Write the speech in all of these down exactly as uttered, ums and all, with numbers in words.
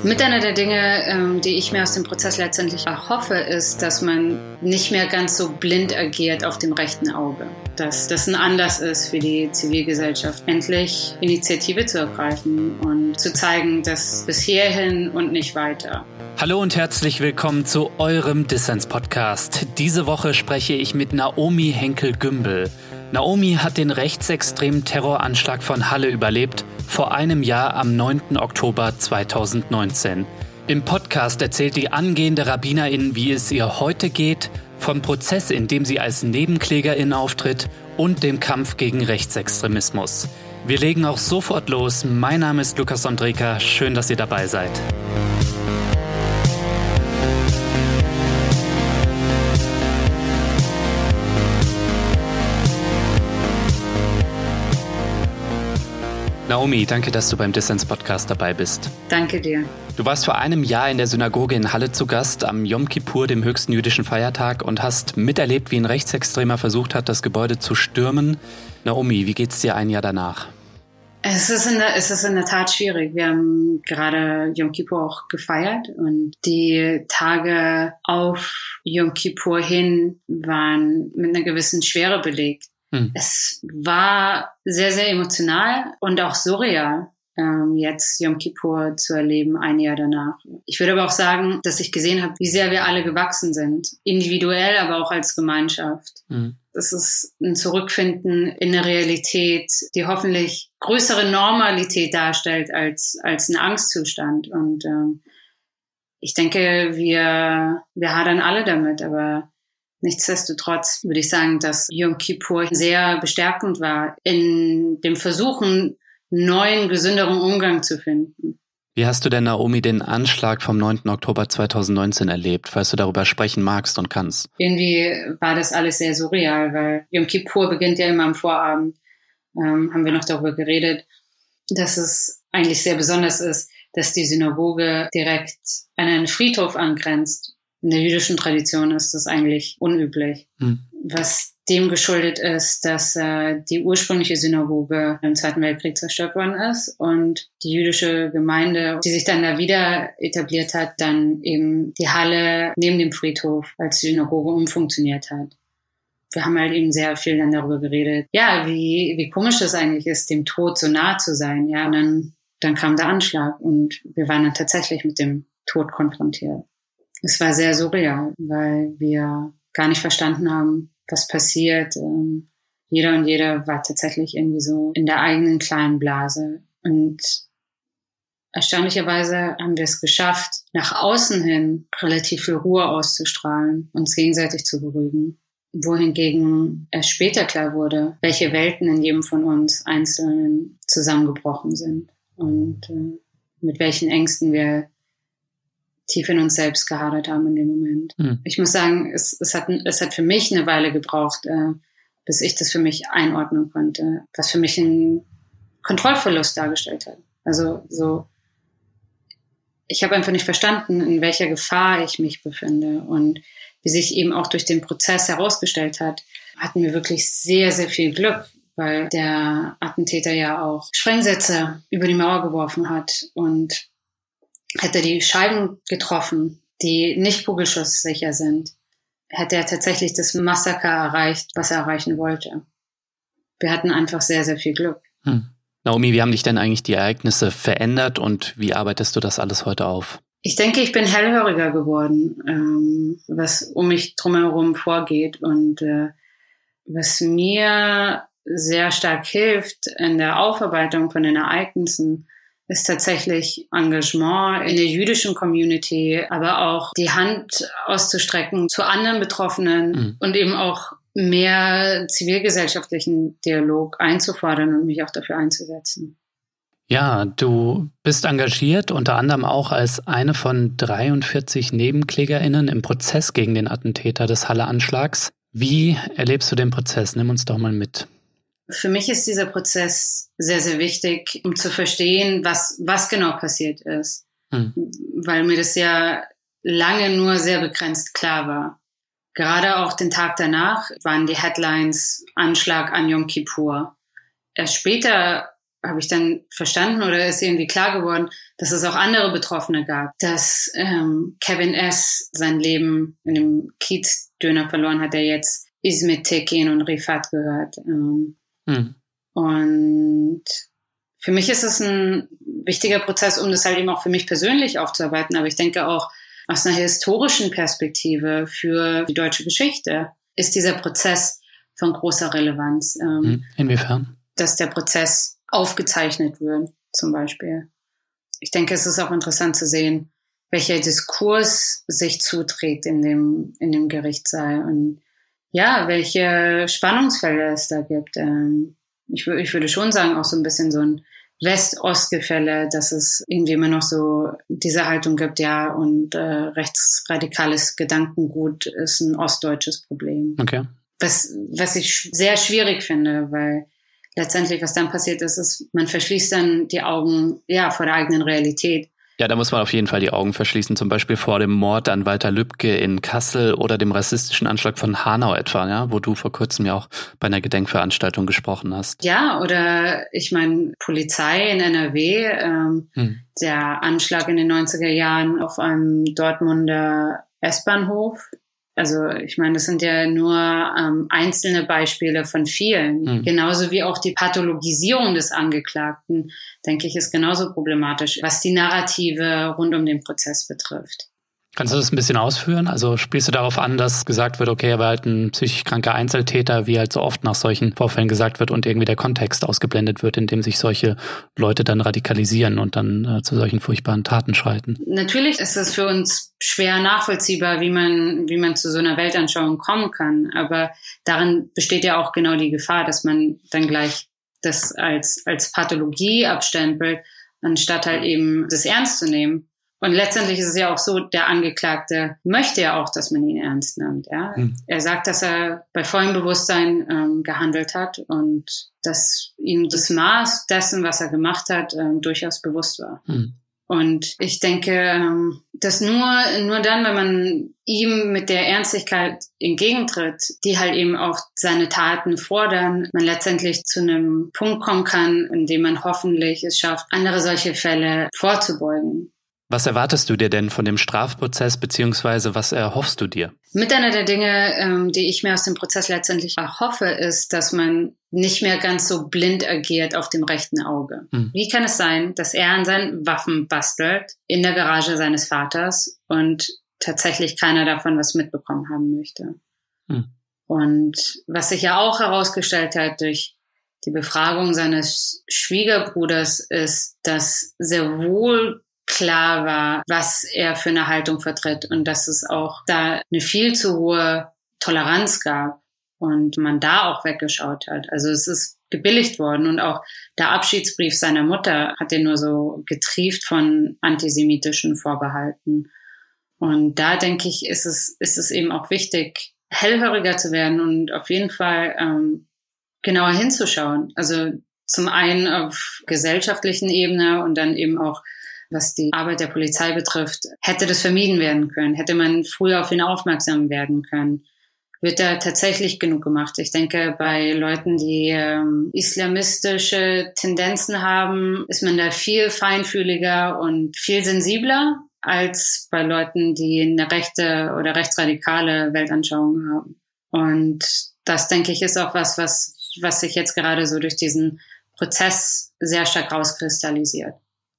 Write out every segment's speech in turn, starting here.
Mit einer der Dinge, ähm, die ich mir aus dem Prozess letztendlich erhoffe, ist, dass man nicht mehr ganz so blind agiert auf dem rechten Auge. Dass das ein Anlass ist für die Zivilgesellschaft, endlich Initiative zu ergreifen und zu zeigen, dass bis hierhin und nicht weiter. Hallo und herzlich willkommen zu eurem Dissens-Podcast. Diese Woche spreche ich mit Naomi Henkel-Gümbel. Naomi hat den rechtsextremen Terroranschlag von Halle überlebt, vor einem Jahr am neunten Oktober zweitausendneunzehn. Im Podcast erzählt die angehende Rabbinerin, wie es ihr heute geht, vom Prozess, in dem sie als Nebenklägerin auftritt und dem Kampf gegen Rechtsextremismus. Wir legen auch sofort los. Mein Name ist Lukas Ondreka. Schön, dass ihr dabei seid. Naomi, danke, dass du beim Dissens-Podcast dabei bist. Danke dir. Du warst vor einem Jahr in der Synagoge in Halle zu Gast, am Yom Kippur, dem höchsten jüdischen Feiertag, und hast miterlebt, wie ein Rechtsextremer versucht hat, das Gebäude zu stürmen. Naomi, wie geht's dir ein Jahr danach? Es ist, in der, es ist in der Tat schwierig. Wir haben gerade Yom Kippur auch gefeiert und die Tage auf Yom Kippur hin waren mit einer gewissen Schwere belegt. Hm. Es war sehr, sehr emotional und auch surreal, ähm, jetzt Yom Kippur zu erleben, ein Jahr danach. Ich würde aber auch sagen, dass ich gesehen habe, wie sehr wir alle gewachsen sind. Individuell, aber auch als Gemeinschaft. Hm. Das ist ein Zurückfinden in eine Realität, die hoffentlich größere Normalität darstellt als, als ein Angstzustand. Und ähm, ich denke, wir, wir hadern alle damit, aber nichtsdestotrotz würde ich sagen, dass Yom Kippur sehr bestärkend war in dem Versuchen, neuen, gesünderen Umgang zu finden. Wie hast du denn, Naomi, den Anschlag vom neunten Oktober zweitausendneunzehn erlebt, falls du darüber sprechen magst und kannst? Irgendwie war das alles sehr surreal, weil Yom Kippur beginnt ja immer am Vorabend. Ähm, haben wir noch darüber geredet, dass es eigentlich sehr besonders ist, dass die Synagoge direkt an einen Friedhof angrenzt. In der jüdischen Tradition ist das eigentlich unüblich. Hm. Was dem geschuldet ist, dass äh, die ursprüngliche Synagoge im Zweiten Weltkrieg zerstört worden ist und die jüdische Gemeinde, die sich dann da wieder etabliert hat, dann eben die Halle neben dem Friedhof als Synagoge umfunktioniert hat. Wir haben halt eben sehr viel dann darüber geredet, ja, wie wie komisch das eigentlich ist, dem Tod so nah zu sein. Ja, und dann, dann kam der Anschlag und wir waren dann tatsächlich mit dem Tod konfrontiert. Es war sehr surreal, weil wir gar nicht verstanden haben, was passiert. Ähm, jeder und jeder war tatsächlich irgendwie so in der eigenen kleinen Blase. Und erstaunlicherweise haben wir es geschafft, nach außen hin relativ viel Ruhe auszustrahlen, uns gegenseitig zu beruhigen. Wohingegen erst später klar wurde, welche Welten in jedem von uns Einzelnen zusammengebrochen sind und äh, mit welchen Ängsten wir tief in uns selbst gehadert haben in dem Moment. Mhm. Ich muss sagen, es, es, hat, es hat für mich eine Weile gebraucht, äh, bis ich das für mich einordnen konnte, was für mich einen Kontrollverlust dargestellt hat. Also so, ich habe einfach nicht verstanden, in welcher Gefahr ich mich befinde. Und wie sich eben auch durch den Prozess herausgestellt hat, hatten wir wirklich sehr, sehr viel Glück, weil der Attentäter ja auch Sprengsätze über die Mauer geworfen hat und hätte er die Scheiben getroffen, die nicht kugelschusssicher sind, hätte er tatsächlich das Massaker erreicht, was er erreichen wollte. Wir hatten einfach sehr, sehr viel Glück. Hm. Naomi, wie haben dich denn eigentlich die Ereignisse verändert und wie arbeitest du das alles heute auf? Ich denke, ich bin hellhöriger geworden, ähm, was um mich drumherum vorgeht. Und äh, was mir sehr stark hilft in der Aufarbeitung von den Ereignissen, ist tatsächlich Engagement in der jüdischen Community, aber auch die Hand auszustrecken zu anderen Betroffenen mhm. und eben auch mehr zivilgesellschaftlichen Dialog einzufordern und mich auch dafür einzusetzen. Ja, du bist engagiert, unter anderem auch als eine von dreiundvierzig NebenklägerInnen im Prozess gegen den Attentäter des Halle-Anschlags. Wie erlebst du den Prozess? Nimm uns doch mal mit. Für mich ist dieser Prozess sehr, sehr wichtig, um zu verstehen, was, was genau passiert ist. Hm. Weil mir das ja lange nur sehr begrenzt klar war. Gerade auch den Tag danach waren die Headlines Anschlag an Yom Kippur. Erst später habe ich dann verstanden oder ist irgendwie klar geworden, dass es auch andere Betroffene gab, dass ähm, Kevin S. sein Leben in dem Kiez-Döner verloren hat, der jetzt Ismet Tekin und Rifat gehört. Ähm, hm. Und für mich ist es ein wichtiger Prozess, um das halt eben auch für mich persönlich aufzuarbeiten, aber ich denke auch aus einer historischen Perspektive für die deutsche Geschichte ist dieser Prozess von großer Relevanz. Ähm, Inwiefern? Dass der Prozess aufgezeichnet wird, zum Beispiel. Ich denke, es ist auch interessant zu sehen, welcher Diskurs sich zuträgt in dem, in dem Gerichtssaal und ja, welche Spannungsfelder es da gibt. Ähm, ich, w- ich würde schon sagen, auch so ein bisschen so ein West-Ost-Gefälle, dass es irgendwie immer noch so diese Haltung gibt, ja, und äh, rechtsradikales Gedankengut ist ein ostdeutsches Problem. Okay. Was, was ich sehr schwierig finde, weil letztendlich, was dann passiert ist, ist, man verschließt dann die Augen, ja, vor der eigenen Realität. Ja, da muss man auf jeden Fall die Augen verschließen, zum Beispiel vor dem Mord an Walter Lübcke in Kassel oder dem rassistischen Anschlag von Hanau etwa, ja, wo du vor kurzem ja auch bei einer Gedenkveranstaltung gesprochen hast. Ja, oder ich meine, Polizei in N R W, ähm, hm. der Anschlag in den neunziger Jahren auf einem Dortmunder S-Bahnhof. Also ich meine, das sind ja nur ähm, einzelne Beispiele von vielen. Mhm. Genauso wie auch die Pathologisierung des Angeklagten, denke ich, ist genauso problematisch, was die Narrative rund um den Prozess betrifft. Kannst du das ein bisschen ausführen? Also spielst du darauf an, dass gesagt wird, okay, er war halt ein psychisch kranker Einzeltäter, wie halt so oft nach solchen Vorfällen gesagt wird und irgendwie der Kontext ausgeblendet wird, in dem sich solche Leute dann radikalisieren und dann äh, zu solchen furchtbaren Taten schreiten? Natürlich ist es für uns schwer nachvollziehbar, wie man, wie man zu so einer Weltanschauung kommen kann. Aber darin besteht ja auch genau die Gefahr, dass man dann gleich das als, als Pathologie abstempelt, anstatt halt eben das ernst zu nehmen. Und letztendlich ist es ja auch so, der Angeklagte möchte ja auch, dass man ihn ernst nimmt. Ja? Mhm. Er sagt, dass er bei vollem Bewusstsein ähm, gehandelt hat und dass ihm das Maß dessen, was er gemacht hat, ähm, durchaus bewusst war. Mhm. Und ich denke, ähm, dass nur, nur dann, wenn man ihm mit der Ernstigkeit entgegentritt, die halt eben auch seine Taten fordern, man letztendlich zu einem Punkt kommen kann, in dem man hoffentlich es schafft, andere solche Fälle vorzubeugen. Was erwartest du dir denn von dem Strafprozess, beziehungsweise was erhoffst du dir? Mit einer der Dinge, ähm, die ich mir aus dem Prozess letztendlich erhoffe, ist, dass man nicht mehr ganz so blind agiert auf dem rechten Auge. Hm. Wie kann es sein, dass er an seinen Waffen bastelt in der Garage seines Vaters und tatsächlich keiner davon was mitbekommen haben möchte? Hm. Und was sich ja auch herausgestellt hat durch die Befragung seines Schwiegerbruders, ist, dass sehr wohl klar war, was er für eine Haltung vertritt und dass es auch da eine viel zu hohe Toleranz gab und man da auch weggeschaut hat. Also es ist gebilligt worden und auch der Abschiedsbrief seiner Mutter hat den nur so getrieft von antisemitischen Vorbehalten. Und da denke ich, ist es, ist es eben auch wichtig, hellhöriger zu werden und auf jeden Fall ähm, genauer hinzuschauen. Also zum einen auf gesellschaftlichen Ebene und dann eben auch was die Arbeit der Polizei betrifft, hätte das vermieden werden können, hätte man früher auf ihn aufmerksam werden können. Wird da tatsächlich genug gemacht? Ich denke, bei Leuten, die ähm, islamistische Tendenzen haben, ist man da viel feinfühliger und viel sensibler als bei Leuten, die eine rechte oder rechtsradikale Weltanschauung haben. Und das, denke ich, ist auch was, was, was sich jetzt gerade so durch diesen Prozess sehr stark rauskristallisiert.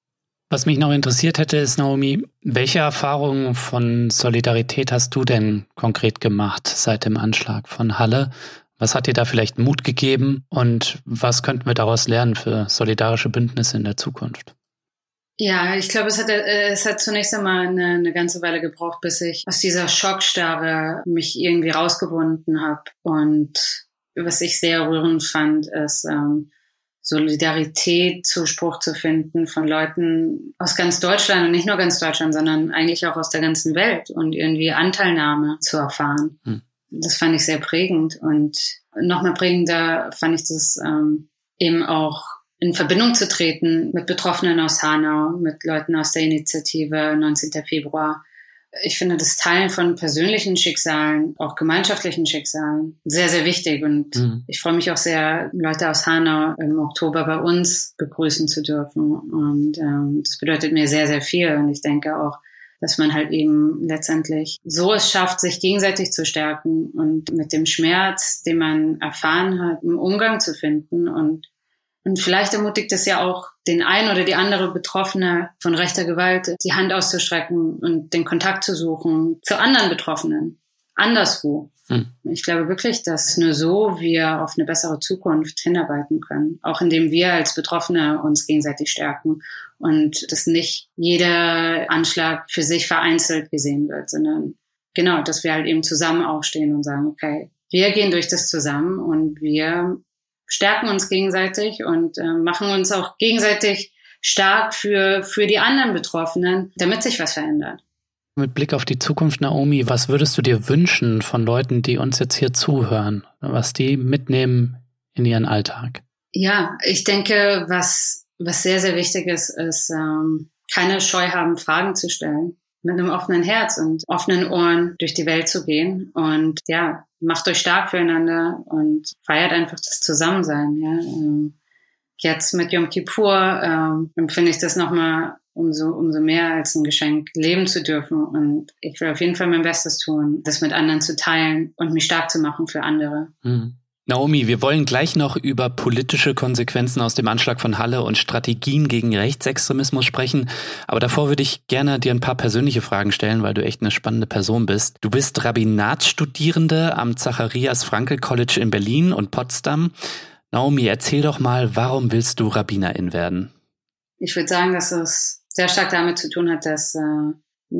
Was mich noch interessiert hätte, ist, Naomi, welche Erfahrungen von Solidarität hast du denn konkret gemacht seit dem Anschlag von Halle? Was hat dir da vielleicht Mut gegeben und was könnten wir daraus lernen für solidarische Bündnisse in der Zukunft? Ja, ich glaube, es hat, es hat zunächst einmal eine, eine ganze Weile gebraucht, bis ich aus dieser Schockstarre mich irgendwie rausgewunden habe. Und was ich sehr rührend fand, ist ähm, Solidarität, Zuspruch zu finden von Leuten aus ganz Deutschland und nicht nur ganz Deutschland, sondern eigentlich auch aus der ganzen Welt und irgendwie Anteilnahme zu erfahren. Hm. Das fand ich sehr prägend und noch mal prägender fand ich das ähm, eben auch in Verbindung zu treten mit Betroffenen aus Hanau, mit Leuten aus der Initiative neunzehnten Februar Ich finde das Teilen von persönlichen Schicksalen, auch gemeinschaftlichen Schicksalen, sehr, sehr wichtig. Und mhm. ich freue mich auch sehr, Leute aus Hanau im Oktober bei uns begrüßen zu dürfen. Und ähm, das bedeutet mir sehr, sehr viel. Und ich denke auch, dass man halt eben letztendlich so es schafft, sich gegenseitig zu stärken und mit dem Schmerz, den man erfahren hat, einen Umgang zu finden. Und Und vielleicht ermutigt es ja auch den einen oder die andere Betroffene von rechter Gewalt, die Hand auszustrecken und den Kontakt zu suchen zu anderen Betroffenen, anderswo. Hm. Ich glaube wirklich, dass nur so wir auf eine bessere Zukunft hinarbeiten können, auch indem wir als Betroffene uns gegenseitig stärken und dass nicht jeder Anschlag für sich vereinzelt gesehen wird, sondern genau, dass wir halt eben zusammen aufstehen und sagen, okay, wir gehen durch das zusammen und wir stärken uns gegenseitig und äh, machen uns auch gegenseitig stark für für die anderen Betroffenen, damit sich was verändert. Mit Blick auf die Zukunft, Naomi, was würdest du dir wünschen von Leuten, die uns jetzt hier zuhören, was die mitnehmen in ihren Alltag? Ja, ich denke, was was sehr, sehr wichtig ist, ist ähm, keine Scheu haben, Fragen zu stellen. Mit einem offenen Herz und offenen Ohren durch die Welt zu gehen. Und ja, macht euch stark füreinander und feiert einfach das Zusammensein. Ja. Jetzt mit Yom Kippur ähm, empfinde ich das nochmal umso, umso mehr als ein Geschenk, leben zu dürfen. Und ich will auf jeden Fall mein Bestes tun, das mit anderen zu teilen und mich stark zu machen für andere. Mhm. Naomi, wir wollen gleich noch über politische Konsequenzen aus dem Anschlag von Halle und Strategien gegen Rechtsextremismus sprechen. Aber davor würde ich gerne dir ein paar persönliche Fragen stellen, weil du echt eine spannende Person bist. Du bist Rabbinatsstudierende am Zacharias-Frankl-College in Berlin und Potsdam. Naomi, erzähl doch mal, warum willst du Rabbinerin werden? Ich würde sagen, dass es sehr stark damit zu tun hat, dass äh,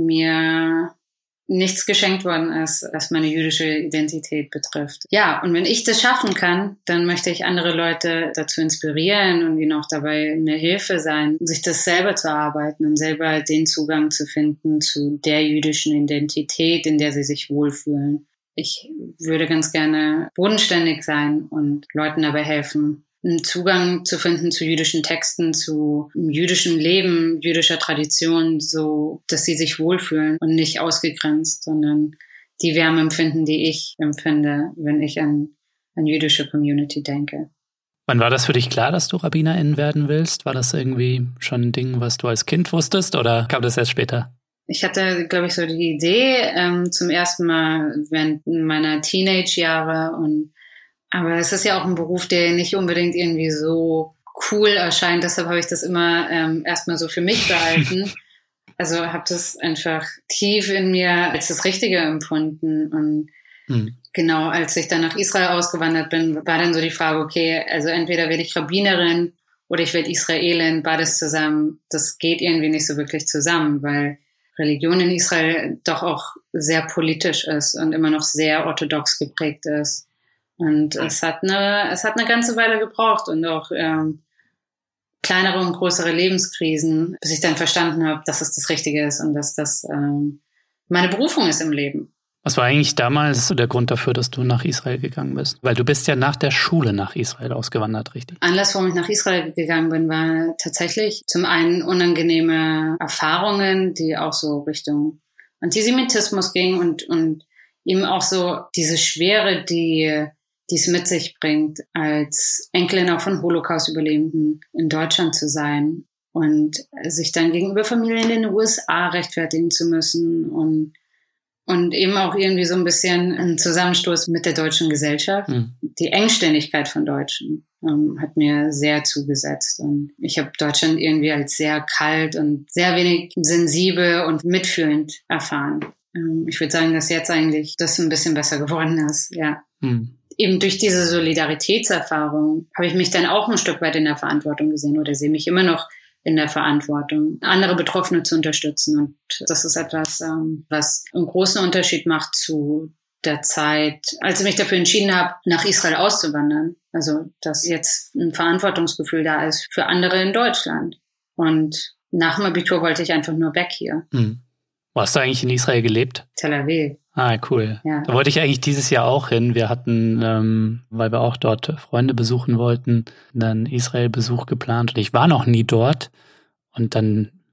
mir nichts geschenkt worden ist, was meine jüdische Identität betrifft. Ja, und wenn ich das schaffen kann, dann möchte ich andere Leute dazu inspirieren und ihnen auch dabei eine Hilfe sein, sich das selber zu erarbeiten und selber den Zugang zu finden zu der jüdischen Identität, in der sie sich wohlfühlen. Ich würde ganz gerne bodenständig sein und Leuten dabei helfen, einen Zugang zu finden zu jüdischen Texten, zu jüdischem Leben, jüdischer Tradition, so dass sie sich wohlfühlen und nicht ausgegrenzt, sondern die Wärme empfinden, die ich empfinde, wenn ich an, an jüdische Community denke. Wann war das für dich klar, dass du Rabbinerin werden willst? War das irgendwie schon ein Ding, was du als Kind wusstest, oder kam das erst später? Ich hatte, glaube ich, so die Idee ähm, zum ersten Mal während meiner Teenage-Jahre und aber es ist ja auch ein Beruf, der nicht unbedingt irgendwie so cool erscheint. Deshalb habe ich das immer ähm, erstmal so für mich behalten. Also habe das einfach tief in mir als das Richtige empfunden. Und mhm. genau, als ich dann nach Israel ausgewandert bin, war dann so die Frage, okay, also entweder werde ich Rabbinerin oder ich werde Israelin. Beides zusammen, das geht irgendwie nicht so wirklich zusammen, weil Religion in Israel doch auch sehr politisch ist und immer noch sehr orthodox geprägt ist. Und es hat eine, es hat eine ganze Weile gebraucht und auch ähm, kleinere und größere Lebenskrisen, bis ich dann verstanden habe, dass es das Richtige ist und dass das ähm, meine Berufung ist im Leben. Was war eigentlich damals der Grund dafür, dass du nach Israel gegangen bist? Weil du bist ja nach der Schule nach Israel ausgewandert, richtig? Anlass, warum ich nach Israel gegangen bin, war tatsächlich zum einen unangenehme Erfahrungen, die auch so Richtung Antisemitismus gingen und, und eben auch so diese Schwere, die die es mit sich bringt, als Enkelin auch von Holocaust-Überlebenden in Deutschland zu sein und sich dann gegenüber Familien in den U S A rechtfertigen zu müssen und und eben auch irgendwie so ein bisschen ein Zusammenstoß mit der deutschen Gesellschaft. Mhm. Die Engständigkeit von Deutschen ähm, hat mir sehr zugesetzt und ich habe Deutschland irgendwie als sehr kalt und sehr wenig sensibel und mitfühlend erfahren. Ähm, ich würde sagen, dass jetzt eigentlich das ein bisschen besser geworden ist, ja. Mhm. Eben durch diese Solidaritätserfahrung habe ich mich dann auch ein Stück weit in der Verantwortung gesehen oder sehe mich immer noch in der Verantwortung, andere Betroffene zu unterstützen. Und das ist etwas, was einen großen Unterschied macht zu der Zeit, als ich mich dafür entschieden habe, nach Israel auszuwandern. Also, dass jetzt ein Verantwortungsgefühl da ist für andere in Deutschland. Und nach dem Abitur wollte ich einfach nur weg hier. Hm. Wo hast du eigentlich in Israel gelebt? Tel Aviv. Ah, cool. Ja. Da wollte ich eigentlich dieses Jahr auch hin. Wir hatten, ähm, weil wir auch dort Freunde besuchen wollten, einen Israel-Besuch geplant. Und ich war noch nie dort. Und dann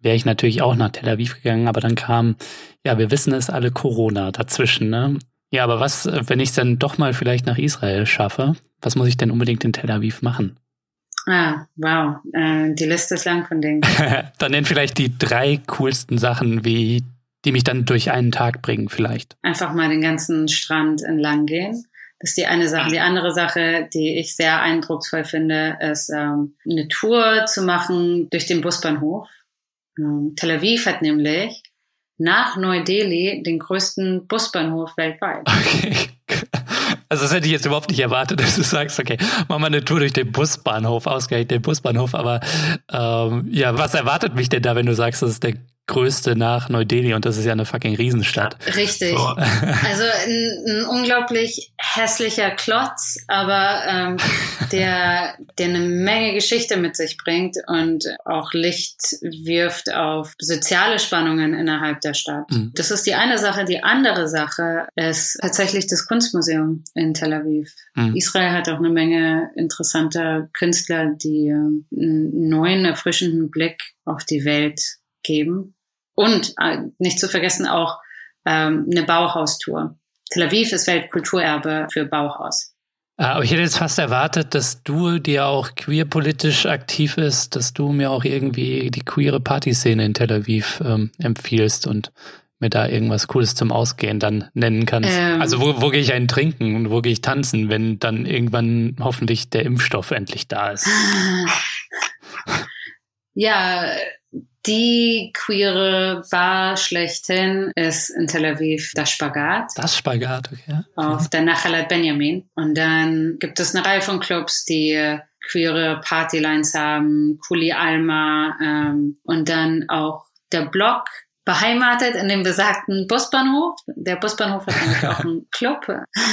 wäre ich natürlich auch nach Tel Aviv gegangen, aber dann kam, ja, wir wissen es alle, Corona dazwischen, ne? Ja, aber was, wenn ich es dann doch mal vielleicht nach Israel schaffe, was muss ich denn unbedingt in Tel Aviv machen? Ah, wow, äh, die Liste ist lang von Dingen. Dann nenn vielleicht die drei coolsten Sachen, wie die mich dann durch einen Tag bringen vielleicht. Einfach mal den ganzen Strand entlang gehen. Das ist die eine Sache. Die andere Sache, die ich sehr eindrucksvoll finde, ist ähm, eine Tour zu machen durch den Busbahnhof. Ähm, Tel Aviv hat nämlich nach Neu-Delhi den größten Busbahnhof weltweit. Okay. Also das hätte ich jetzt überhaupt nicht erwartet, dass du sagst, okay, mach mal eine Tour durch den Busbahnhof, ausgerechnet den Busbahnhof. Aber ähm, ja, was erwartet mich denn da, wenn du sagst, das ist der größte nach Neu-Delhi und das ist ja eine fucking Riesenstadt. Richtig. So. Also ein, ein unglaublich hässlicher Klotz, aber ähm, der, der eine Menge Geschichte mit sich bringt und auch Licht wirft auf soziale Spannungen innerhalb der Stadt. Mhm. Das ist die eine Sache. Die andere Sache ist tatsächlich das Kunstmuseum in Tel Aviv. Mhm. Israel hat auch eine Menge interessanter Künstler, die ähm, einen neuen, erfrischenden Blick auf die Welt geben. Und äh, nicht zu vergessen auch ähm, eine Bauhaustour. Tel Aviv ist Weltkulturerbe für Bauhaus. Aber ich hätte jetzt fast erwartet, dass du, die ja auch queerpolitisch aktiv ist, dass du mir auch irgendwie die queere Partyszene in Tel Aviv ähm, empfiehlst und mir da irgendwas Cooles zum Ausgehen dann nennen kannst. Ähm, also wo, wo gehe ich einen trinken und wo gehe ich tanzen, wenn dann irgendwann hoffentlich der Impfstoff endlich da ist? Ja, die queere Bar schlechthin ist in Tel Aviv das Spagat. Das Spagat, okay. Auf der Nachalat Benjamin. Und dann gibt es eine Reihe von Clubs, die queere Partylines haben, Kuli Alma ähm, und dann auch der Block, beheimatet in dem besagten Busbahnhof. Der Busbahnhof hat nämlich auch einen Club.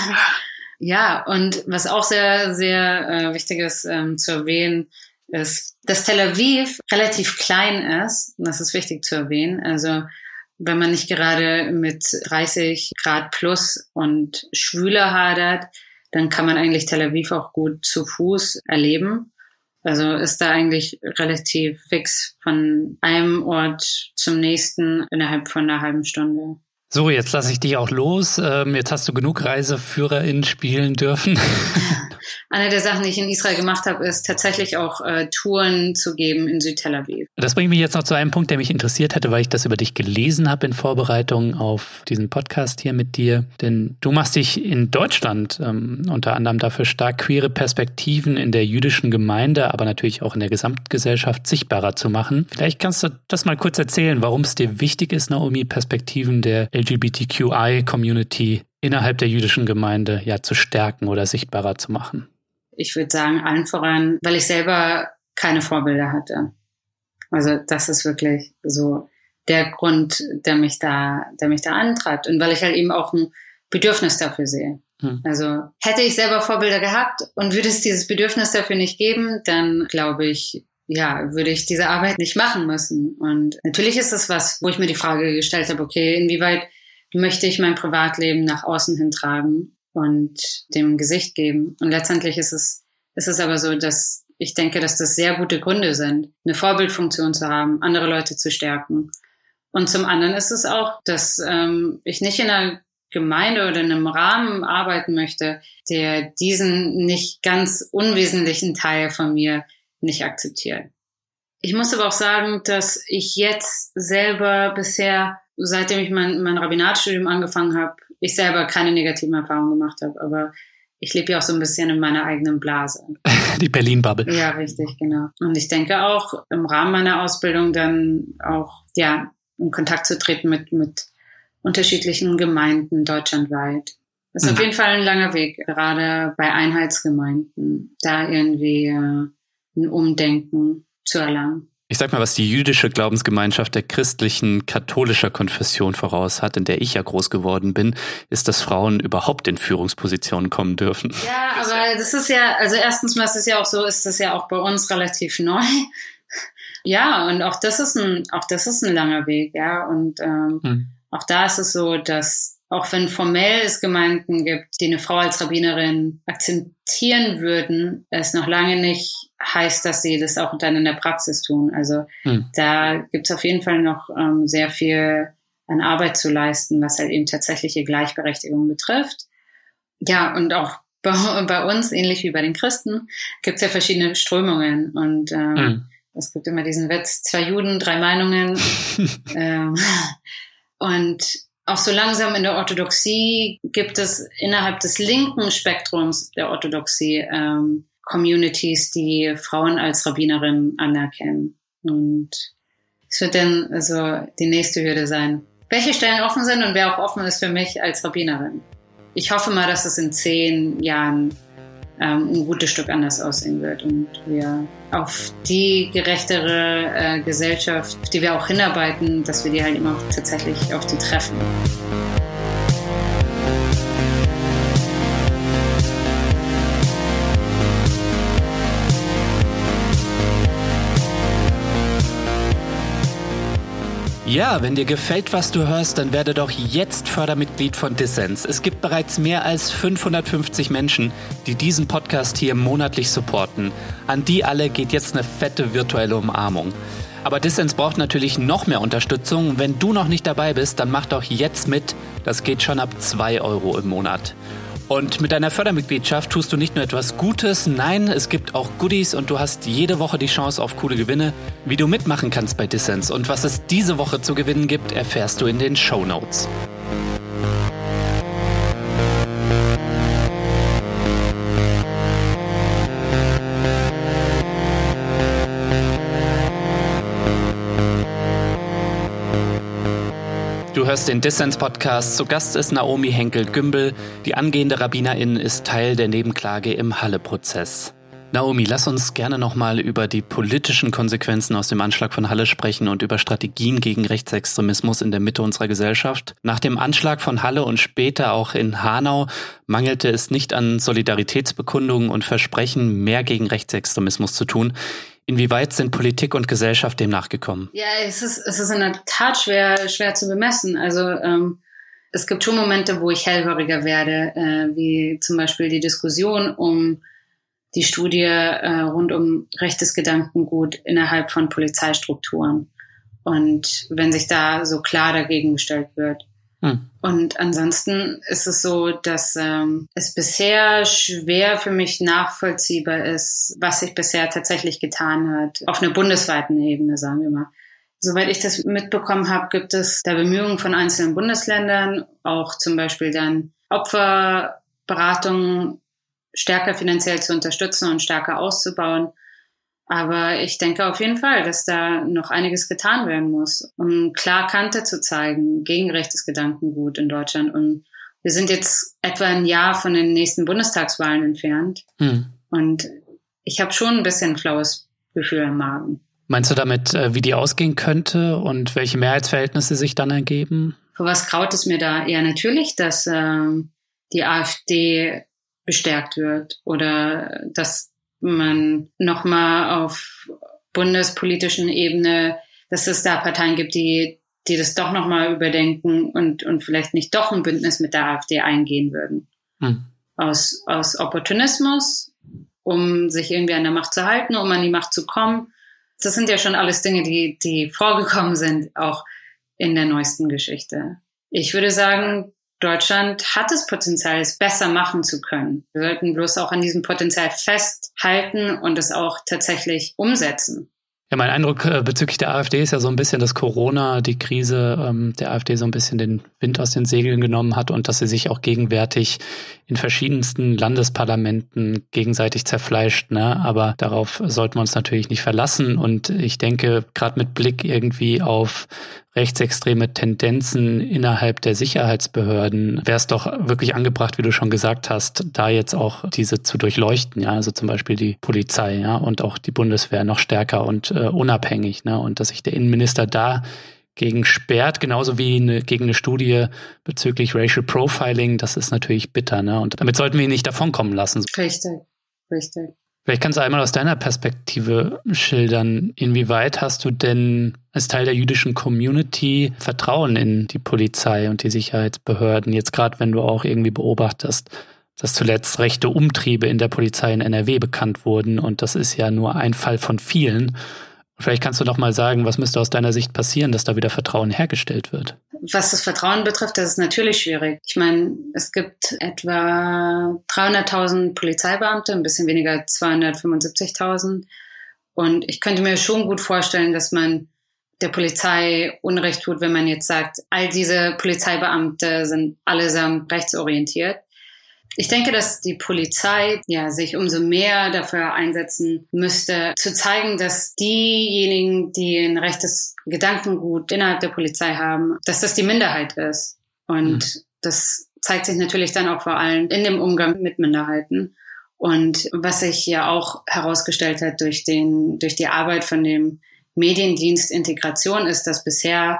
Ja, und was auch sehr, sehr äh, wichtig ist ähm, zu erwähnen, ist, dass Tel Aviv relativ klein ist. Und das ist wichtig zu erwähnen. Also wenn man nicht gerade mit dreißig Grad plus und Schwüle hadert, dann kann man eigentlich Tel Aviv auch gut zu Fuß erleben. Also ist da eigentlich relativ fix von einem Ort zum nächsten innerhalb von einer halben Stunde. So, jetzt lasse ich dich auch los. Ähm, jetzt hast du genug ReiseführerInnen spielen dürfen. Eine der Sachen, die ich in Israel gemacht habe, ist tatsächlich auch äh, Touren zu geben in Süd-Tel Aviv. Das bringt mich jetzt noch zu einem Punkt, der mich interessiert hätte, weil ich das über dich gelesen habe in Vorbereitung auf diesen Podcast hier mit dir. Denn du machst dich in Deutschland ähm, unter anderem dafür stark, queere Perspektiven in der jüdischen Gemeinde, aber natürlich auch in der Gesamtgesellschaft sichtbarer zu machen. Vielleicht kannst du das mal kurz erzählen, warum es dir wichtig ist, Naomi, Perspektiven der L G B T Q I-Community innerhalb der jüdischen Gemeinde ja zu stärken oder sichtbarer zu machen. Ich würde sagen, allen voran, weil ich selber keine Vorbilder hatte. Also das ist wirklich so der Grund, der mich da, der mich da antreibt. Und weil ich halt eben auch ein Bedürfnis dafür sehe. Hm. Also hätte ich selber Vorbilder gehabt und würde es dieses Bedürfnis dafür nicht geben, dann glaube ich, ja, würde ich diese Arbeit nicht machen müssen. Und natürlich ist das was, wo ich mir die Frage gestellt habe, okay, inwieweit möchte ich mein Privatleben nach außen hin tragen und dem Gesicht geben. Und letztendlich ist es, ist es aber so, dass ich denke, dass das sehr gute Gründe sind, eine Vorbildfunktion zu haben, andere Leute zu stärken. Und zum anderen ist es auch, dass ähm, ich nicht in einer Gemeinde oder in einem Rahmen arbeiten möchte, der diesen nicht ganz unwesentlichen Teil von mir nicht akzeptiert. Ich muss aber auch sagen, dass ich jetzt selber bisher, seitdem ich mein, mein Rabbinatstudium angefangen habe, ich selber keine negativen Erfahrungen gemacht habe, aber ich lebe ja auch so ein bisschen in meiner eigenen Blase. Die Berlin-Bubble. Ja, richtig, genau. Und ich denke auch, im Rahmen meiner Ausbildung dann auch, ja, in Kontakt zu treten mit, mit unterschiedlichen Gemeinden deutschlandweit. Das ist mhm. auf jeden Fall ein langer Weg, gerade bei Einheitsgemeinden, da irgendwie äh, ein Umdenken zu erlangen. Ich sag mal, was die jüdische Glaubensgemeinschaft der christlichen katholischer Konfession voraus hat, in der ich ja groß geworden bin, ist, dass Frauen überhaupt in Führungspositionen kommen dürfen. Ja, aber das ist ja, also erstens mal ist es ja auch so, ist das ja auch bei uns relativ neu. Ja, und auch das ist ein, auch das ist ein langer Weg, ja, und ähm, hm. auch da ist es so, dass auch wenn formell es Gemeinden gibt, die eine Frau als Rabbinerin akzeptieren würden, es noch lange nicht heißt, dass sie das auch dann in der Praxis tun. Also hm. da gibt es auf jeden Fall noch ähm, sehr viel an Arbeit zu leisten, was halt eben tatsächliche Gleichberechtigung betrifft. Ja, und auch bei, bei uns, ähnlich wie bei den Christen, gibt es ja verschiedene Strömungen. Und ähm, hm. es gibt immer diesen Witz, zwei Juden, drei Meinungen. ähm, und auch so langsam in der Orthodoxie gibt es innerhalb des linken Spektrums der Orthodoxie ähm, Communities, die Frauen als Rabbinerin anerkennen. Und es wird dann also die nächste Hürde sein, welche Stellen offen sind und wer auch offen ist für mich als Rabbinerin. Ich hoffe mal, dass es in zehn Jahren ähm, ein gutes Stück anders aussehen wird und wir auf die gerechtere äh, Gesellschaft, auf die wir auch hinarbeiten, dass wir die halt immer auch tatsächlich auf die treffen. Ja, wenn dir gefällt, was du hörst, dann werde doch jetzt Fördermitglied von Dissens. Es gibt bereits mehr als fünfhundertfünfzig Menschen, die diesen Podcast hier monatlich supporten. An die alle geht jetzt eine fette virtuelle Umarmung. Aber Dissens braucht natürlich noch mehr Unterstützung. Wenn du noch nicht dabei bist, dann mach doch jetzt mit. Das geht schon ab zwei Euro im Monat. Und mit deiner Fördermitgliedschaft tust du nicht nur etwas Gutes, nein, es gibt auch Goodies und du hast jede Woche die Chance auf coole Gewinne. Wie du mitmachen kannst bei Dissens und was es diese Woche zu gewinnen gibt, erfährst du in den Shownotes. Du hörst den Dissens-Podcast. Zu Gast ist Naomi Henkel-Gümbel. Die angehende Rabbinerin ist Teil der Nebenklage im Halle-Prozess. Naomi, lass uns gerne nochmal über die politischen Konsequenzen aus dem Anschlag von Halle sprechen und über Strategien gegen Rechtsextremismus in der Mitte unserer Gesellschaft. Nach dem Anschlag von Halle und später auch in Hanau mangelte es nicht an Solidaritätsbekundungen und Versprechen, mehr gegen Rechtsextremismus zu tun. Inwieweit sind Politik und Gesellschaft dem nachgekommen? Ja, es ist, es ist in der Tat schwer, schwer zu bemessen. Also ähm, es gibt schon Momente, wo ich hellhöriger werde, äh, wie zum Beispiel die Diskussion um die Studie äh, rund um rechtes Gedankengut innerhalb von Polizeistrukturen. Und wenn sich da so klar dagegen gestellt wird. Hm. Und ansonsten ist es so, dass ähm, es bisher schwer für mich nachvollziehbar ist, was sich bisher tatsächlich getan hat. Auf einer bundesweiten Ebene, sagen wir mal. Soweit ich das mitbekommen habe, gibt es da Bemühungen von einzelnen Bundesländern, auch zum Beispiel dann Opferberatungen stärker finanziell zu unterstützen und stärker auszubauen. Aber ich denke auf jeden Fall, dass da noch einiges getan werden muss, um klar Kante zu zeigen gegen rechtes Gedankengut in Deutschland. Und wir sind jetzt etwa ein Jahr von den nächsten Bundestagswahlen entfernt. Hm. Und ich habe schon ein bisschen ein flaues Gefühl im Magen. Meinst du damit, wie die ausgehen könnte und welche Mehrheitsverhältnisse sich dann ergeben? Für was graut es mir da? Ja, natürlich, dass äh, die AfD bestärkt wird oder dass man nochmal auf bundespolitischen Ebene, dass es da Parteien gibt, die die das doch nochmal überdenken und und vielleicht nicht doch ein Bündnis mit der AfD eingehen würden. Hm. Aus aus Opportunismus, um sich irgendwie an der Macht zu halten, um an die Macht zu kommen. Das sind ja schon alles Dinge, die die vorgekommen sind, auch in der neuesten Geschichte. Ich würde sagen, Deutschland hat das Potenzial, es besser machen zu können. Wir sollten bloß auch an diesem Potenzial festhalten und es auch tatsächlich umsetzen. Ja, mein Eindruck äh, bezüglich der AfD ist ja so ein bisschen, dass Corona, die Krise ähm, der AfD so ein bisschen den Wind aus den Segeln genommen hat und dass sie sich auch gegenwärtig in verschiedensten Landesparlamenten gegenseitig zerfleischt. Ne? Aber darauf sollten wir uns natürlich nicht verlassen. Und ich denke, gerade mit Blick irgendwie auf rechtsextreme Tendenzen innerhalb der Sicherheitsbehörden wäre es doch wirklich angebracht, wie du schon gesagt hast, da jetzt auch diese zu durchleuchten, ja, also zum Beispiel die Polizei, ja, und auch die Bundeswehr noch stärker und äh, unabhängig, ne, und dass sich der Innenminister da gegen sperrt, genauso wie eine, gegen eine Studie bezüglich Racial Profiling, das ist natürlich bitter, ne, und damit sollten wir ihn nicht davonkommen lassen. Richtig, richtig. Vielleicht kannst du einmal aus deiner Perspektive schildern, inwieweit hast du denn als Teil der jüdischen Community Vertrauen in die Polizei und die Sicherheitsbehörden, jetzt gerade wenn du auch irgendwie beobachtest, dass zuletzt rechte Umtriebe in der Polizei in N R W bekannt wurden und das ist ja nur ein Fall von vielen. Vielleicht kannst du noch mal sagen, was müsste aus deiner Sicht passieren, dass da wieder Vertrauen hergestellt wird? Was das Vertrauen betrifft, das ist natürlich schwierig. Ich meine, es gibt etwa dreihunderttausend Polizeibeamte, ein bisschen weniger zweihundertfünfundsiebzigtausend. Und ich könnte mir schon gut vorstellen, dass man der Polizei Unrecht tut, wenn man jetzt sagt, all diese Polizeibeamte sind allesamt rechtsorientiert. Ich denke, dass die Polizei ja sich umso mehr dafür einsetzen müsste, zu zeigen, dass diejenigen, die ein rechtes Gedankengut innerhalb der Polizei haben, dass das die Minderheit ist. Und mhm. das zeigt sich natürlich dann auch vor allem in dem Umgang mit Minderheiten. Und was sich ja auch herausgestellt hat durch den, durch die Arbeit von dem Mediendienst Integration ist, dass bisher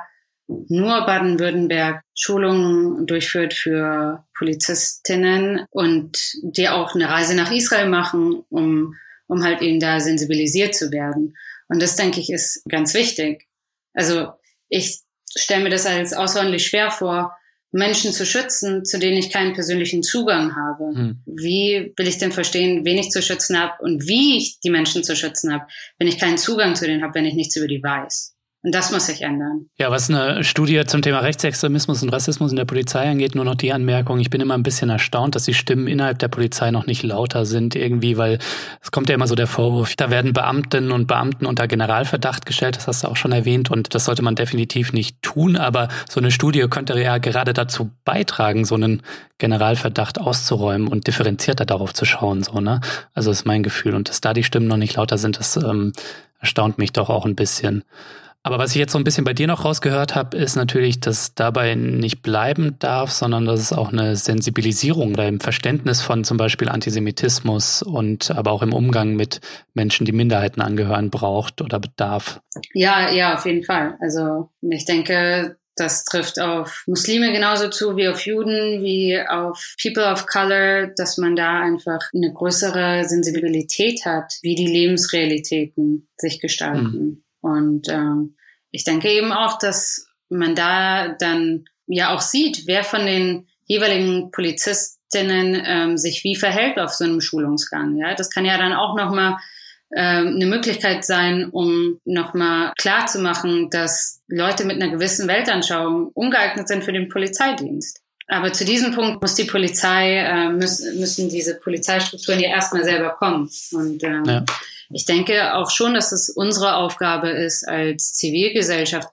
nur Baden-Württemberg Schulungen durchführt für Polizistinnen und die auch eine Reise nach Israel machen, um, um halt eben da sensibilisiert zu werden. Und das, denke ich, ist ganz wichtig. Also ich stelle mir das als außerordentlich schwer vor, Menschen zu schützen, zu denen ich keinen persönlichen Zugang habe. Hm. Wie will ich denn verstehen, wen ich zu schützen habe und wie ich die Menschen zu schützen habe, wenn ich keinen Zugang zu denen habe, wenn ich nichts über die weiß? Und das muss sich ändern. Ja, was eine Studie zum Thema Rechtsextremismus und Rassismus in der Polizei angeht, nur noch die Anmerkung, ich bin immer ein bisschen erstaunt, dass die Stimmen innerhalb der Polizei noch nicht lauter sind irgendwie, weil es kommt ja immer so der Vorwurf, da werden Beamtinnen und Beamten unter Generalverdacht gestellt, das hast du auch schon erwähnt und das sollte man definitiv nicht tun, aber so eine Studie könnte ja gerade dazu beitragen, so einen Generalverdacht auszuräumen und differenzierter darauf zu schauen, so, ne? Also das ist mein Gefühl und dass da die Stimmen noch nicht lauter sind, das ähm, erstaunt mich doch auch ein bisschen. Aber was ich jetzt so ein bisschen bei dir noch rausgehört habe, ist natürlich, dass dabei nicht bleiben darf, sondern dass es auch eine Sensibilisierung oder im Verständnis von zum Beispiel Antisemitismus und aber auch im Umgang mit Menschen, die Minderheiten angehören, braucht oder bedarf. Ja, ja, auf jeden Fall. Also ich denke, das trifft auf Muslime genauso zu wie auf Juden, wie auf People of Color, dass man da einfach eine größere Sensibilität hat, wie die Lebensrealitäten sich gestalten. Mhm. Und ähm, ich denke eben auch, dass man da dann ja auch sieht, wer von den jeweiligen Polizistinnen ähm, sich wie verhält auf so einem Schulungsgang. Ja, das kann ja dann auch nochmal ähm, eine Möglichkeit sein, um nochmal klarzumachen, dass Leute mit einer gewissen Weltanschauung ungeeignet sind für den Polizeidienst. Aber zu diesem Punkt muss die Polizei, äh, müssen, müssen diese Polizeistrukturen ja erstmal selber kommen. Und ähm, ja. Ich denke auch schon, dass es unsere Aufgabe ist als Zivilgesellschaft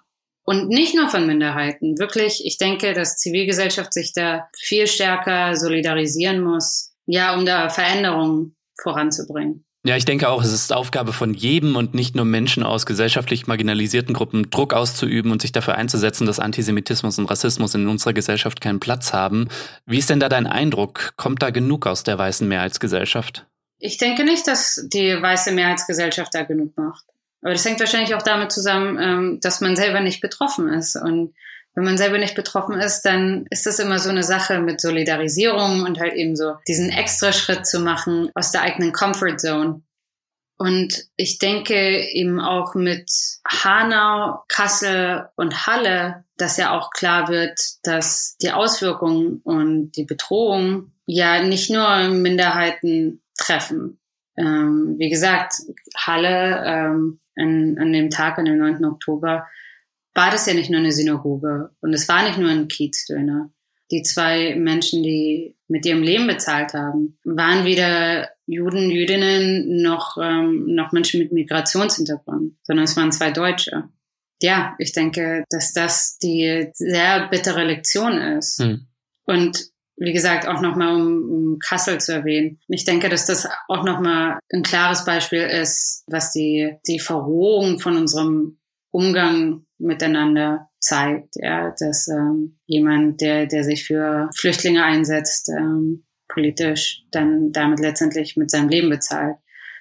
und nicht nur von Minderheiten. Wirklich, ich denke, dass Zivilgesellschaft sich da viel stärker solidarisieren muss, ja, um da Veränderungen voranzubringen. Ja, ich denke auch, es ist Aufgabe von jedem und nicht nur Menschen aus gesellschaftlich marginalisierten Gruppen, Druck auszuüben und sich dafür einzusetzen, dass Antisemitismus und Rassismus in unserer Gesellschaft keinen Platz haben. Wie ist denn da dein Eindruck? Kommt da genug aus der weißen Mehrheitsgesellschaft? Ich denke nicht, dass die weiße Mehrheitsgesellschaft da genug macht. Aber das hängt wahrscheinlich auch damit zusammen, dass man selber nicht betroffen ist. Und wenn man selber nicht betroffen ist, dann ist das immer so eine Sache mit Solidarisierung und halt eben so diesen Extraschritt zu machen aus der eigenen Comfort Zone. Und ich denke eben auch mit Hanau, Kassel und Halle, dass ja auch klar wird, dass die Auswirkungen und die Bedrohung ja nicht nur Minderheiten treffen. Ähm, wie gesagt, Halle ähm, an, an dem Tag, an dem neunten Oktober, war das ja nicht nur eine Synagoge und es war nicht nur ein Kiezdöner. Die zwei Menschen, die mit ihrem Leben bezahlt haben, waren weder Juden, Jüdinnen noch, ähm, noch Menschen mit Migrationshintergrund, sondern es waren zwei Deutsche. Ja, ich denke, dass das die sehr bittere Lektion ist. Hm. Und wie gesagt, auch nochmal, um, um Kassel zu erwähnen. Ich denke, dass das auch nochmal ein klares Beispiel ist, was die, die Verrohung von unserem Umgang miteinander zeigt. Ja, dass ähm, jemand, der, der sich für Flüchtlinge einsetzt, ähm, politisch, dann damit letztendlich mit seinem Leben bezahlt.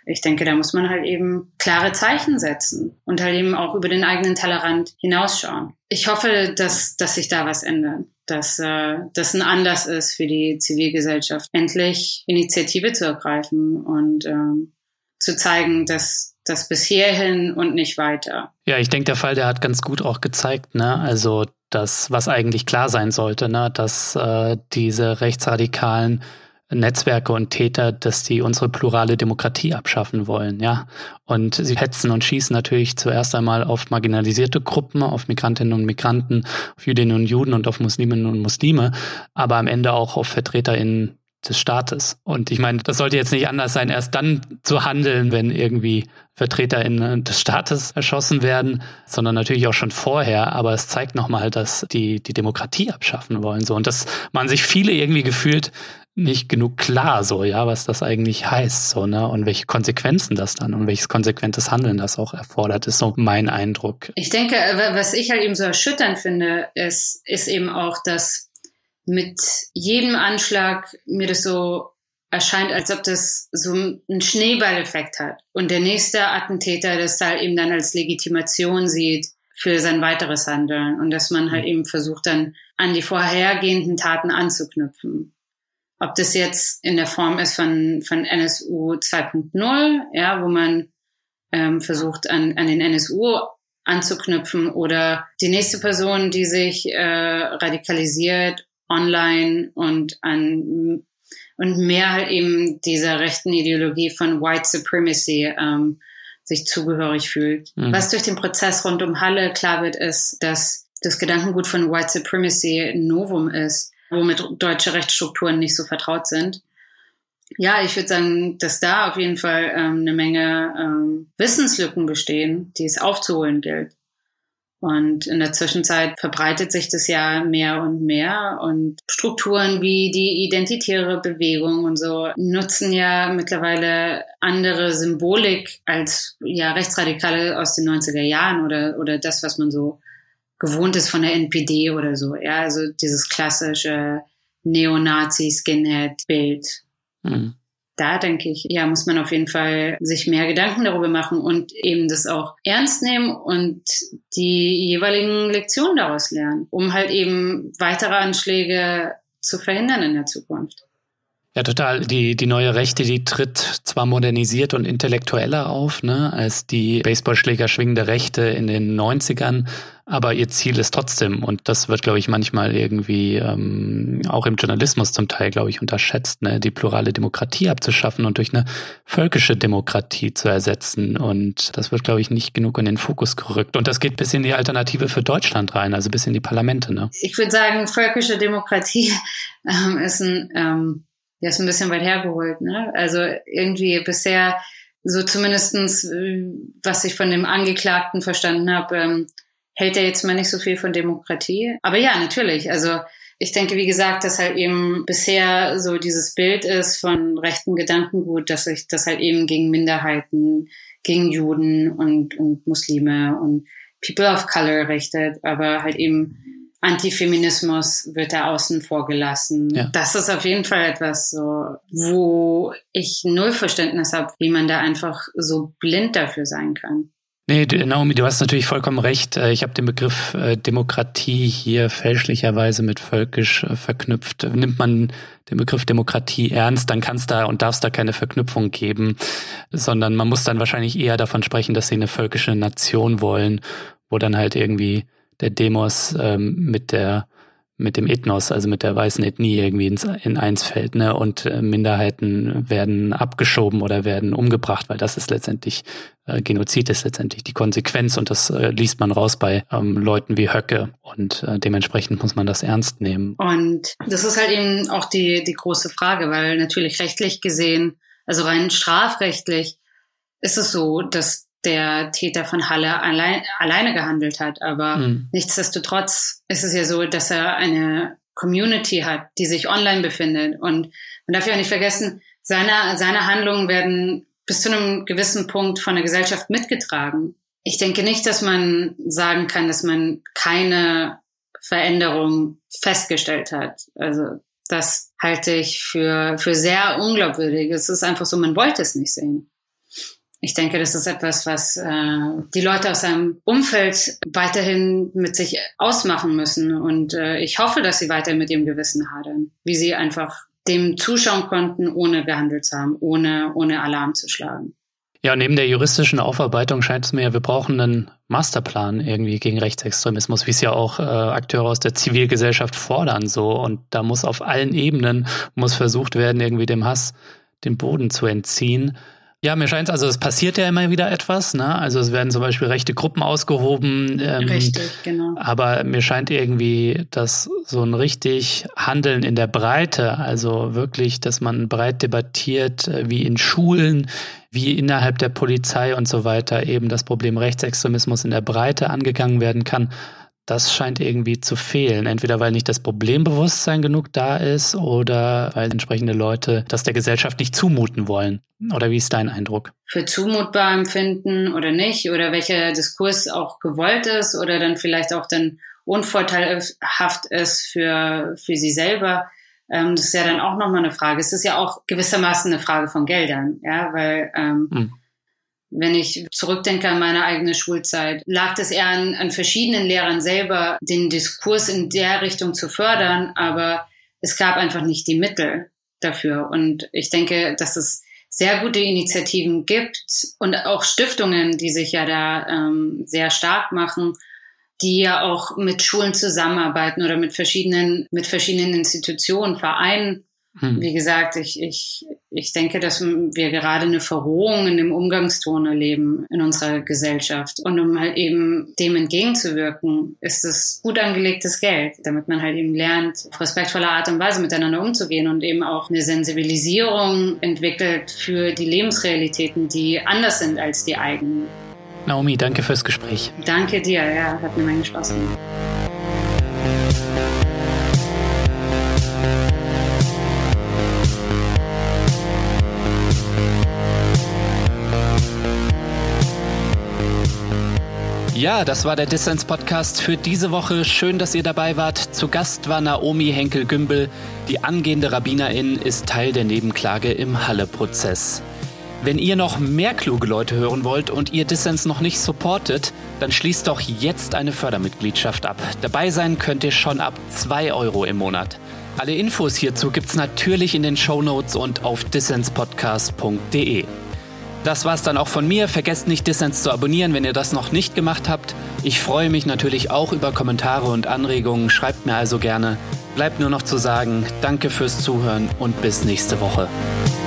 ich denke, da muss man halt eben klare Zeichen setzen und halt eben auch über den eigenen Tellerrand hinausschauen. Ich hoffe, dass, dass sich da was ändert, dass äh, das ein Anlass ist für die Zivilgesellschaft, endlich Initiative zu ergreifen und ähm, zu zeigen, dass das bis hierhin und nicht weiter. Ja, ich denke, der Fall, der hat ganz gut auch gezeigt, ne, also das, was eigentlich klar sein sollte, ne, dass äh, diese rechtsradikalen Netzwerke und Täter, dass die unsere plurale Demokratie abschaffen wollen, ja. Und sie hetzen und schießen natürlich zuerst einmal auf marginalisierte Gruppen, auf Migrantinnen und Migranten, auf Jüdinnen und Juden und auf Musliminnen und Muslime, aber am Ende auch auf VertreterInnen des Staates. Und ich meine, das sollte jetzt nicht anders sein, erst dann zu handeln, wenn irgendwie VertreterInnen des Staates erschossen werden, sondern natürlich auch schon vorher. Aber es zeigt nochmal, dass die die Demokratie abschaffen wollen, so. Und dass man sich viele irgendwie gefühlt nicht genug klar, so, ja, was das eigentlich heißt, so, ne, und welche Konsequenzen das dann und welches konsequentes Handeln das auch erfordert, ist so mein Eindruck. Ich denke, was ich halt eben so erschütternd finde, ist, ist eben auch, dass mit jedem Anschlag mir das so erscheint, als ob das so einen Schneeballeffekt hat und der nächste Attentäter das halt eben dann als Legitimation sieht für sein weiteres Handeln und dass man halt eben versucht, dann an die vorhergehenden Taten anzuknüpfen. Ob das jetzt in der Form ist von, von N S U zwei Punkt null, ja, wo man ähm, versucht, an, an den N S U anzuknüpfen oder die nächste Person, die sich äh, radikalisiert online und an und mehr halt eben dieser rechten Ideologie von White Supremacy ähm, sich zugehörig fühlt. Mhm. Was durch den Prozess rund um Halle klar wird, ist, dass das Gedankengut von White Supremacy ein Novum ist, womit deutsche Rechtsstrukturen nicht so vertraut sind. Ja, ich würde sagen, dass da auf jeden Fall ähm, eine Menge ähm, Wissenslücken bestehen, die es aufzuholen gilt. Und in der Zwischenzeit verbreitet sich das ja mehr und mehr und Strukturen wie die identitäre Bewegung und so nutzen ja mittlerweile andere Symbolik als ja Rechtsradikale aus den neunziger Jahren oder oder das, was man so gewohnt ist von der N P D oder so. Ja, also dieses klassische Neonazi-Skinhead-Bild. Mhm. Da denke ich, ja, muss man auf jeden Fall sich mehr Gedanken darüber machen und eben das auch ernst nehmen und die jeweiligen Lektionen daraus lernen, um halt eben weitere Anschläge zu verhindern in der Zukunft. Ja, total. Die, die neue Rechte, die tritt zwar modernisiert und intellektueller auf, ne, als die Baseballschläger schwingende Rechte in den neunzigern, aber ihr Ziel ist trotzdem, und das wird, glaube ich, manchmal irgendwie ähm, auch im Journalismus zum Teil, glaube ich, unterschätzt, ne, die plurale Demokratie abzuschaffen und durch eine völkische Demokratie zu ersetzen. Und das wird, glaube ich, nicht genug in den Fokus gerückt. Und das geht bis in die Alternative für Deutschland rein, also bis in die Parlamente. Ne? Ich würde sagen, völkische Demokratie ähm, ist ein... Ähm Ja, ist ein bisschen weit hergeholt, ne? Also irgendwie bisher, so zumindestens, was ich von dem Angeklagten verstanden habe, ähm, hält er jetzt mal nicht so viel von Demokratie. Aber ja, natürlich. Also ich denke, wie gesagt, dass halt eben bisher so dieses Bild ist von rechten Gedankengut, dass sich das halt eben gegen Minderheiten, gegen Juden und, und Muslime und People of Color richtet, aber halt eben Antifeminismus wird da außen vor gelassen. Ja. Das ist auf jeden Fall etwas, so, wo ich null Verständnis habe, wie man da einfach so blind dafür sein kann. Nee, Naomi, du hast natürlich vollkommen recht. Ich habe den Begriff Demokratie hier fälschlicherweise mit völkisch verknüpft. Nimmt man den Begriff Demokratie ernst, dann kann es da und darf es da keine Verknüpfung geben, sondern man muss dann wahrscheinlich eher davon sprechen, dass sie eine völkische Nation wollen, wo dann halt irgendwie der Demos ähm, mit der mit dem Ethnos, also mit der weißen Ethnie irgendwie ins, in eins fällt, ne? Und äh, Minderheiten werden abgeschoben oder werden umgebracht, weil das ist letztendlich, äh, Genozid ist letztendlich die Konsequenz und das äh, liest man raus bei ähm, Leuten wie Höcke und äh, dementsprechend muss man das ernst nehmen. Und das ist halt eben auch die die große Frage, weil natürlich rechtlich gesehen, also rein strafrechtlich ist es so, dass der Täter von Halle allein, alleine gehandelt hat. Aber mhm. nichtsdestotrotz ist es ja so, dass er eine Community hat, die sich online befindet. Und man darf ja auch nicht vergessen, seine, seine Handlungen werden bis zu einem gewissen Punkt von der Gesellschaft mitgetragen. Ich denke nicht, dass man sagen kann, dass man keine Veränderung festgestellt hat. Also das halte ich für, für sehr unglaubwürdig. Es ist einfach so, man wollte es nicht sehen. ich denke, das ist etwas, was äh, die Leute aus seinem Umfeld weiterhin mit sich ausmachen müssen. Und äh, ich hoffe, dass sie weiter mit ihrem Gewissen hadern, wie sie einfach dem zuschauen konnten, ohne gehandelt zu haben, ohne, ohne Alarm zu schlagen. Ja, neben der juristischen Aufarbeitung scheint es mir, wir brauchen einen Masterplan irgendwie gegen Rechtsextremismus, wie es ja auch äh, Akteure aus der Zivilgesellschaft fordern. So. Und da muss auf allen Ebenen muss versucht werden, irgendwie dem Hass den Boden zu entziehen. Ja, mir scheint es, also es passiert ja immer wieder etwas, ne? Also es werden zum Beispiel rechte Gruppen ausgehoben. Ähm, Richtig, genau. Aber mir scheint irgendwie, dass so ein richtig Handeln in der Breite, also wirklich, dass man breit debattiert, wie in Schulen, wie innerhalb der Polizei und so weiter eben das Problem Rechtsextremismus in der Breite angegangen werden kann, das scheint irgendwie zu fehlen. Entweder weil nicht das Problembewusstsein genug da ist oder weil entsprechende Leute das der Gesellschaft nicht zumuten wollen. Oder wie ist dein Eindruck? Für zumutbar empfinden oder nicht, oder welcher Diskurs auch gewollt ist oder dann vielleicht auch dann unvorteilhaft ist für, für sie selber. Ähm, das ist ja dann auch nochmal eine Frage. Es ist ja auch gewissermaßen eine Frage von Geldern, ja, weil ähm, hm. wenn ich zurückdenke an meine eigene Schulzeit, lag es eher an, an verschiedenen Lehrern selber, den Diskurs in der Richtung zu fördern, aber es gab einfach nicht die Mittel dafür. Und ich denke, dass es sehr gute Initiativen gibt und auch Stiftungen, die sich ja da ähm, sehr stark machen, die ja auch mit Schulen zusammenarbeiten oder mit verschiedenen, mit verschiedenen Institutionen, Vereinen. Hm. Wie gesagt, ich, ich, ich denke, dass wir gerade eine Verrohung in dem Umgangston erleben in unserer Gesellschaft. Und um halt eben dem entgegenzuwirken, ist es gut angelegtes Geld, damit man halt eben lernt, auf respektvolle Art und Weise miteinander umzugehen und eben auch eine Sensibilisierung entwickelt für die Lebensrealitäten, die anders sind als die eigenen. Naomi, danke fürs Gespräch. Danke dir, ja, hat eine Menge Spaß gemacht. Ja, das war der Dissens-Podcast für diese Woche. Schön, dass ihr dabei wart. Zu Gast war Naomi Henkel-Gümbel. Die angehende Rabbinerin ist Teil der Nebenklage im Halle-Prozess. Wenn ihr noch mehr kluge Leute hören wollt und ihr Dissens noch nicht supportet, dann schließt doch jetzt eine Fördermitgliedschaft ab. Dabei sein könnt ihr schon ab zwei Euro im Monat. Alle Infos hierzu gibt's natürlich in den Shownotes und auf dissenspodcast punkt de. Das war's dann auch von mir. Vergesst nicht, Dissens zu abonnieren, wenn ihr das noch nicht gemacht habt. Ich freue mich natürlich auch über Kommentare und Anregungen. Schreibt mir also gerne. Bleibt nur noch zu sagen, danke fürs Zuhören und bis nächste Woche.